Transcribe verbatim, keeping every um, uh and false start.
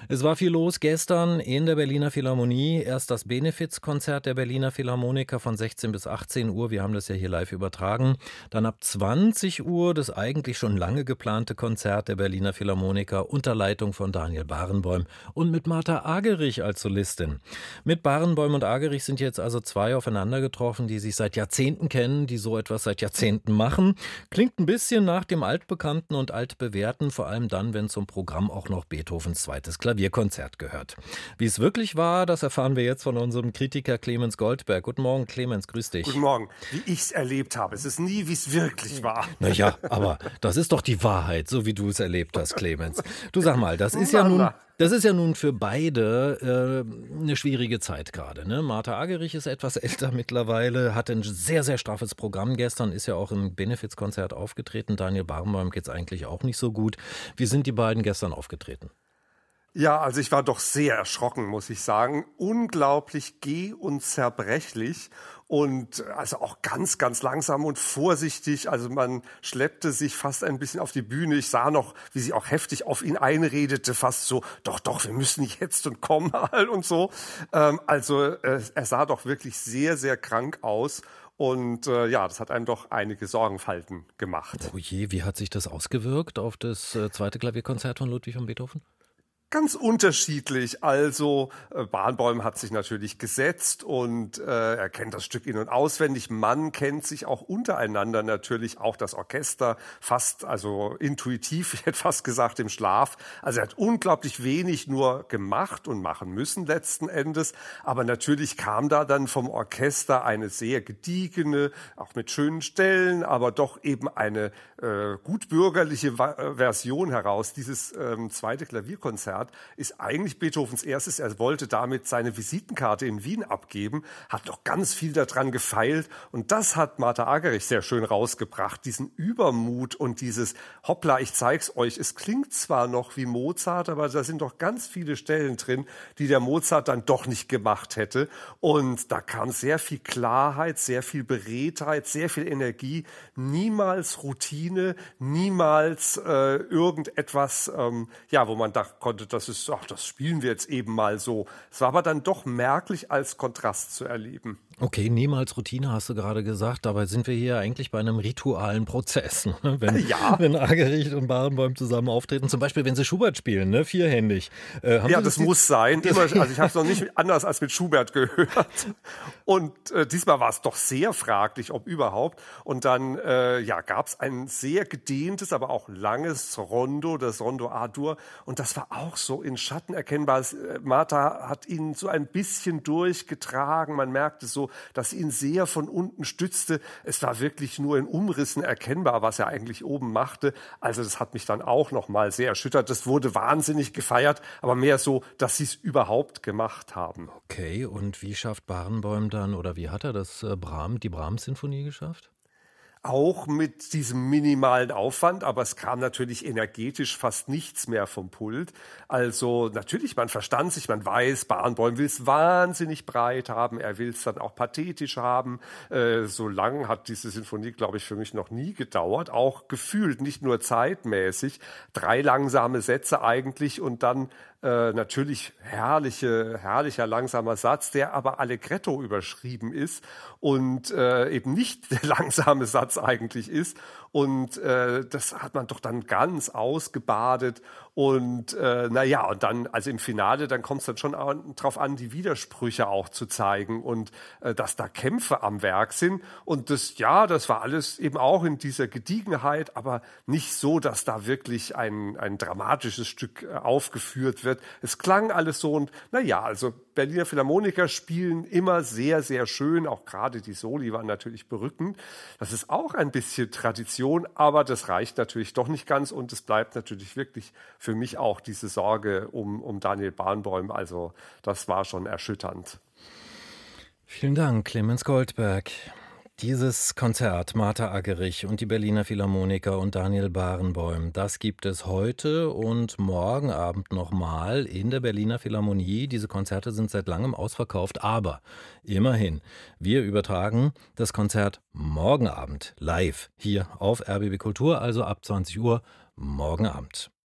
Es war viel los gestern in der Berliner Philharmonie. Erst das Benefizkonzert der Berliner Philharmoniker von sechzehn bis achtzehn Uhr. Wir haben das ja hier live übertragen. Dann ab zwanzig Uhr das eigentlich schon lange geplante Konzert der Berliner Philharmoniker unter Leitung von Daniel Barenboim und mit Martha Argerich als Solistin. Mit Barenboim und Argerich sind jetzt also zwei aufeinander getroffen, die sich seit Jahrzehnten kennen, die so etwas seit Jahrzehnten machen. Klingt ein bisschen nach dem Altbekannten und Altbewährten, vor allem dann, wenn zum Programm auch noch Beethovens zweites Klavierkonzert gehört. Wie es wirklich war, das erfahren wir jetzt von unserem Kritiker Clemens Goldberg. Guten Morgen, Clemens, grüß dich. Guten Morgen. Wie ich es erlebt habe. Es ist nie, wie es wirklich war. Naja, aber das ist doch die Wahrheit, so wie du es erlebt hast, Clemens. Du, sag mal, das ist ja nun... Das ist ja nun für beide äh, eine schwierige Zeit gerade. Ne? Martha Argerich ist etwas älter mittlerweile, hat ein sehr, sehr straffes Programm gestern, ist ja auch im Benefizkonzert aufgetreten. Daniel Barenboim geht es eigentlich auch nicht so gut. Wie sind die beiden gestern aufgetreten? Ja, also ich war doch sehr erschrocken, muss ich sagen. Unglaublich geh- und zerbrechlich und also auch ganz, ganz langsam und vorsichtig. Also man schleppte sich fast ein bisschen auf die Bühne. Ich sah noch, wie sie auch heftig auf ihn einredete, fast so, doch, doch, wir müssen jetzt und komm mal und so. Ähm, also äh, er sah doch wirklich sehr, sehr krank aus. Und äh, ja, das hat einem doch einige Sorgenfalten gemacht. Oh je, wie hat sich das ausgewirkt auf das äh, zweite Klavierkonzert von Ludwig van Beethoven? Ganz unterschiedlich. Also äh, Barenboim hat sich natürlich gesetzt und äh, er kennt das Stück in- und auswendig. Man kennt sich auch untereinander natürlich, auch das Orchester, fast, also intuitiv, ich hätte fast gesagt, im Schlaf. Also er hat unglaublich wenig nur gemacht und machen müssen letzten Endes. Aber natürlich kam da dann vom Orchester eine sehr gediegene, auch mit schönen Stellen, aber doch eben eine äh, gut bürgerliche Va- äh, Version heraus. Dieses ähm, zweite Klavierkonzert ist eigentlich Beethovens erstes. Er wollte damit seine Visitenkarte in Wien abgeben, hat noch ganz viel daran gefeilt und das hat Martha Argerich sehr schön rausgebracht, diesen Übermut und dieses Hoppla, ich zeig's euch. Es klingt zwar noch wie Mozart, aber da sind doch ganz viele Stellen drin, die der Mozart dann doch nicht gemacht hätte und da kam sehr viel Klarheit, sehr viel Beredtheit, sehr viel Energie, niemals Routine, niemals äh, irgendetwas, ähm, ja, wo man da konnte, das ist, ach, das spielen wir jetzt eben mal so. Es war aber dann doch merklich als Kontrast zu erleben. Okay, niemals Routine, hast du gerade gesagt. Dabei sind wir hier eigentlich bei einem ritualen Prozess. Ne? Wenn, Ja. wenn Argerich und Barenboim zusammen auftreten, zum Beispiel, wenn sie Schubert spielen, ne? Vierhändig. Äh, haben Ja, Sie das die- muss sein. Immer, also ich habe es noch nicht anders als mit Schubert gehört. Und äh, diesmal war es doch sehr fraglich, ob überhaupt. Und dann äh, ja, gab es ein sehr gedehntes, aber auch langes Rondo, das Rondo A-Dur. Und das war auch so in Schatten erkennbar. Es, äh, Martha hat ihn so ein bisschen durchgetragen. Man merkte so, dass sie ihn sehr von unten stützte. Es war wirklich nur in Umrissen erkennbar, was er eigentlich oben machte. Also das hat mich dann auch noch mal sehr erschüttert. Das wurde wahnsinnig gefeiert, aber mehr so, dass sie es überhaupt gemacht haben. Okay, und wie schafft Barenboim dann, oder wie hat er das äh, Brahm, die Brahms-Sinfonie geschafft? Auch mit diesem minimalen Aufwand, aber es kam natürlich energetisch fast nichts mehr vom Pult. Also natürlich, man verstand sich, man weiß, Barenboim will es wahnsinnig breit haben, er will es dann auch pathetisch haben. Äh, so lang hat diese Sinfonie, glaube ich, für mich noch nie gedauert, auch gefühlt, nicht nur zeitmäßig. Drei langsame Sätze eigentlich und dann äh, natürlich herrliche, herrlicher langsamer Satz, der aber allegretto überschrieben ist und äh, eben nicht der langsame Satz eigentlich ist. Und äh, das hat man doch dann ganz ausgebadet. Und äh, naja, und dann, also im Finale, dann kommt es dann schon an, drauf an, die Widersprüche auch zu zeigen und äh, dass da Kämpfe am Werk sind. Und das, ja, das war alles eben auch in dieser Gediegenheit, aber nicht so, dass da wirklich ein, ein dramatisches Stück äh, aufgeführt wird. Es klang alles so und naja, also Berliner Philharmoniker spielen immer sehr, sehr schön. Auch gerade die Soli waren natürlich berückend. Das ist auch ein bisschen Tradition, aber das reicht natürlich doch nicht ganz und es bleibt natürlich wirklich für mich auch diese Sorge um, um Daniel Barenboim. Also das war schon erschütternd. Vielen Dank, Clemens Goldberg. Dieses Konzert, Martha Argerich und die Berliner Philharmoniker und Daniel Barenboim, das gibt es heute und morgen Abend nochmal in der Berliner Philharmonie. Diese Konzerte sind seit langem ausverkauft, aber immerhin, wir übertragen das Konzert morgen Abend live hier auf R B B Kultur, also ab zwanzig Uhr morgen Abend.